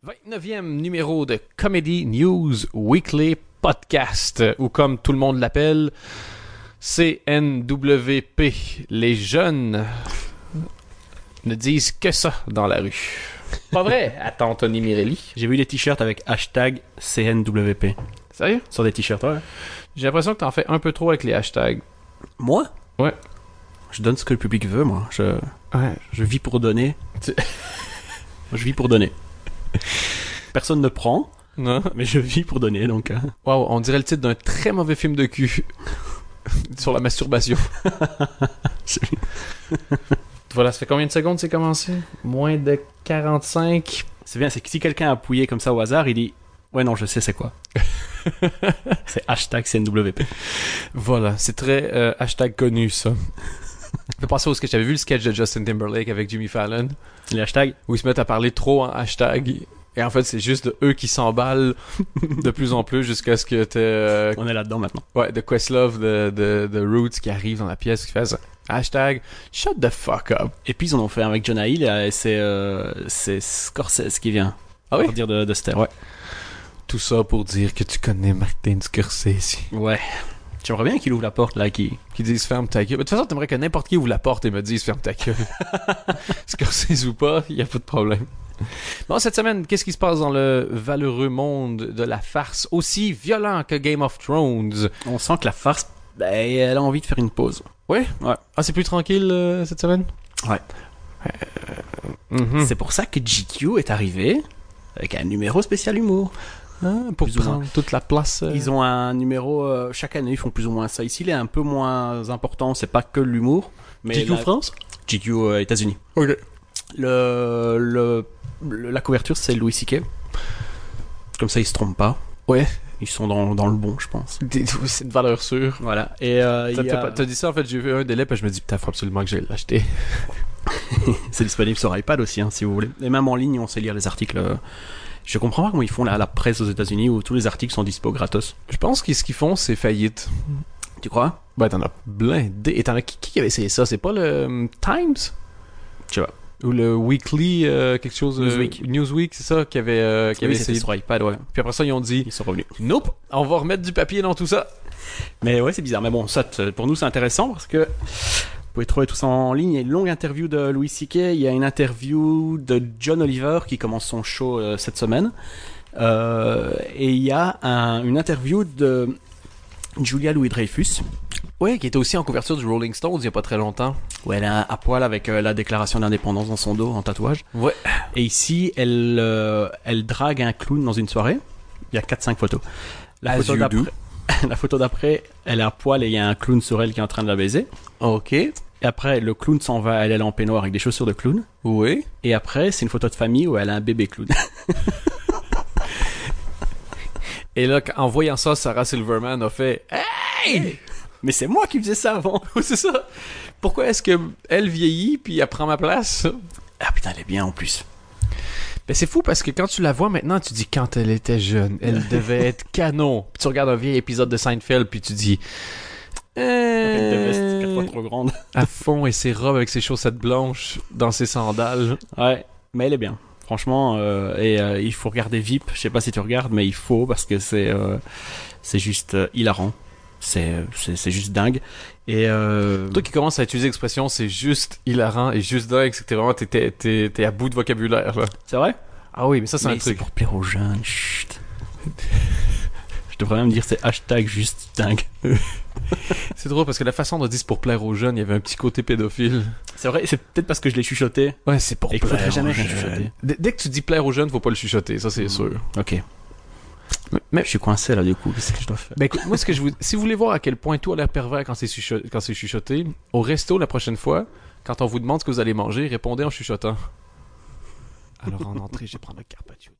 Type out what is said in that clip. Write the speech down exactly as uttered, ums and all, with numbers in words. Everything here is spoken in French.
vingt-neuvième numéro de Comedy News Weekly Podcast, ou comme tout le monde l'appelle, C N W P. Les jeunes ne disent que ça dans la rue. Pas vrai? Attends, Tony Mirelli. J'ai vu des t-shirts avec hashtag C N W P. Sérieux? Sur des t-shirts, ouais. J'ai l'impression que t'en fais un peu trop avec les hashtags. Moi? Ouais. Je donne ce que le public veut, moi. Je, Ouais. je vis pour donner. Tu- je vis pour donner. Personne ne prend, Non? mais je vis pour donner, donc... hein. Wow, on dirait le titre d'un très mauvais film de cul. Sur la masturbation. Voilà, ça fait combien de secondes c'est commencé? Moins de quarante-cinq. C'est bien, c'est que si quelqu'un a appuyé comme ça au hasard, il dit... Ouais, non, je sais c'est quoi. C'est hashtag C N W P. Voilà, c'est très euh, hashtag connu, ça. Ça fait penser au sketch. J'avais vu le sketch de Justin Timberlake avec Jimmy Fallon, Les hashtags? où ils se mettent à parler trop en hashtag. Et en fait, c'est juste de eux qui s'emballent de plus en plus jusqu'à ce que t'aies... euh, On est là-dedans maintenant. ouais, de Questlove, de, de, de Roots qui arrive dans la pièce, qui fait ça. Hashtag shut the fuck up. Et puis ils en ont fait un avec Jonah Hill, et c'est, euh, c'est Scorsese qui vient. Ah oui? Pour dire de, de Ster, ouais. Tout ça pour dire que tu connais Martin Scorsese. Ouais. J'aimerais bien qu'il ouvre la porte, là, qui... Qui disent ferme ta gueule. Mais de toute façon, t'aimerais que n'importe qui ouvre la porte et me dise ferme ta gueule. Scorsese ou pas, il y a pas de problème. Bon, cette semaine, qu'est-ce qui se passe dans le valeureux monde de la farce, aussi violent que Game of Thrones? On sent que la farce, ben, elle a envie de faire une pause. Ouais? Ouais. Ah, c'est plus tranquille euh, cette semaine? Ouais. Mhm. C'est pour ça que G Q est arrivé avec un numéro spécial humour. Ah, pour plus ou prendre toute la place. euh. Ils ont un numéro, euh, chaque année, ils font plus ou moins ça. Ici, il est un peu moins important, c'est pas que l'humour. Mais G Q la- France? G Q euh, États-Unis. Ok. Le, le, le- la couverture, c'est Louis C K. Comme ça, ils se trompent pas. Ouais. Ils sont dans, dans le bon, je pense. C'est une valeur sûre. Voilà. Et euh, T'as il y a- t'as pas- t'as dit ça, en fait, j'ai vu un délai, puis je me dis, putain, faut absolument que j'aille l'acheter. c'est disponible sur iPad aussi, hein, si vous voulez. Et même en ligne, on sait lire les articles. euh, Je comprends pas comment ils font la, la presse aux États-Unis où tous les articles sont dispo gratos. Je pense que ce qu'ils font, c'est faillite. Tu crois? Ben, t'en as blindé. Et t'en as qui, qui avait essayé ça? C'est pas le euh, Times? Je sais pas. Ou le Weekly, euh, quelque chose... euh, Newsweek. Newsweek, c'est ça, qui avait, euh, qui Oui, avait c'était essayé. sur iPad, ouais. Puis après ça, ils ont dit, Ils sont revenus. nope, on va remettre du papier dans tout ça. Mais ouais, c'est bizarre. Mais bon, ça, t- pour nous, c'est intéressant parce que vous pouvez trouver tout ça en ligne. Il y a une longue interview de Louis C K. Il y a une interview de John Oliver qui commence son show euh, cette semaine. Euh, et il y a un- une interview de Julia Louis-Dreyfus. Ouais, qui était aussi en couverture du Rolling Stones il y a pas très longtemps. Où elle est à poil avec euh, la déclaration d'indépendance dans son dos en tatouage. Ouais. Et ici, elle, euh, elle drague un clown dans une soirée. Il y a quatre cinq photos. La As photo you d'après, do. la photo d'après, elle est à poil et il y a un clown sur elle qui est en train de la baiser. Ok. Et après, le clown s'en va, elle, elle est en peignoir avec des chaussures de clown. Oui. Et après, c'est une photo de famille où elle a un bébé clown. Et là, en voyant ça, Sarah Silverman a fait Hey! Mais c'est moi qui faisais ça avant. C'est ça. Pourquoi est-ce que elle vieillit puis elle prend ma place? Ah putain, elle est bien en plus. Ben c'est fou parce que quand tu la vois maintenant, tu dis quand elle était jeune, elle devait être canon. Puis tu regardes un vieil épisode de Seinfeld puis tu dis Elle devait être euh... quatre fois trop grande. à fond et ses robes avec ses chaussettes blanches dans ses sandales. Ouais, mais elle est bien. Franchement, euh, et euh, il faut regarder V I P. Je sais pas si tu regardes, mais il faut parce que c'est euh, c'est juste euh, hilarant. C'est, c'est c'est juste dingue. Et euh... Toi qui commences à utiliser l'expression c'est juste hilarant et juste dingue, c'est que t'es vraiment t'es, t'es, t'es, t'es à bout de vocabulaire là. c'est vrai? Ah oui, mais ça c'est Mais un c'est truc. pour plaire aux jeunes. Chut. Je devrais même dire c'est hashtag juste dingue. C'est drôle parce que la façon de dire c'est pour plaire aux jeunes, il y avait un petit côté pédophile. C'est vrai, c'est peut-être parce que je l'ai chuchoté. Ouais, c'est pour Et qu'il plaire faudrait jamais aux rien jeunes. chuchoter. Dès, dès que tu dis plaire aux jeunes, faut pas le chuchoter, ça c'est sûr. Ok. Mais, mais Je suis coincé là du coup. Qu'est-ce que je dois faire? ben écoute, moi ce que je vous, si vous voulez voir à quel point tout a l'air pervers quand c'est chucho- quand c'est chuchoté, au resto la prochaine fois, quand on vous demande ce que vous allez manger, répondez en chuchotant. Alors en entrée, je vais prendre le carpaccio.